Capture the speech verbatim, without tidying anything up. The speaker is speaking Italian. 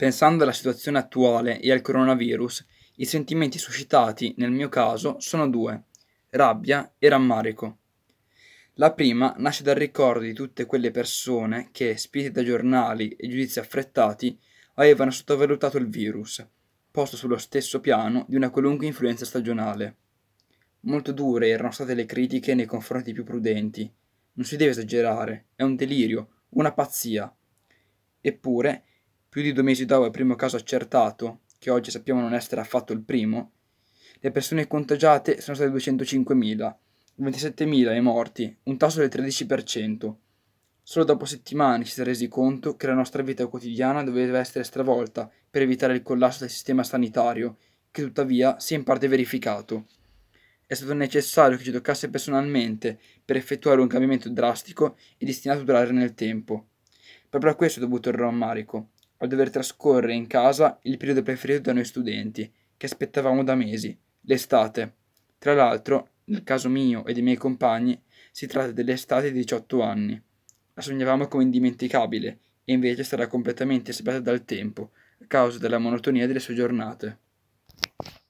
Pensando alla situazione attuale e al coronavirus, i sentimenti suscitati, nel mio caso, sono due: rabbia e rammarico. La prima nasce dal ricordo di tutte quelle persone che, spinte da giornali e giudizi affrettati, avevano sottovalutato il virus, posto sullo stesso piano di una qualunque influenza stagionale. Molto dure erano state le critiche nei confronti dei più prudenti. Non si deve esagerare, è un delirio, una pazzia. Eppure, più di due mesi dopo il primo caso accertato, che oggi sappiamo non essere affatto il primo, le persone contagiate sono state duecentocinquemila, ventisettemila i morti, un tasso del tredici per cento. Solo dopo settimane ci si è resi conto che la nostra vita quotidiana doveva essere stravolta per evitare il collasso del sistema sanitario, che tuttavia si è in parte verificato. È stato necessario che ci toccasse personalmente per effettuare un cambiamento drastico e destinato a durare nel tempo. Proprio a questo è dovuto il rammarico, al dover trascorrere in casa il periodo preferito da noi studenti, che aspettavamo da mesi, l'estate. Tra l'altro, nel caso mio e dei miei compagni, si tratta dell'estate di diciotto anni. La sognavamo come indimenticabile, e invece sarà completamente separata dal tempo, a causa della monotonia delle sue giornate.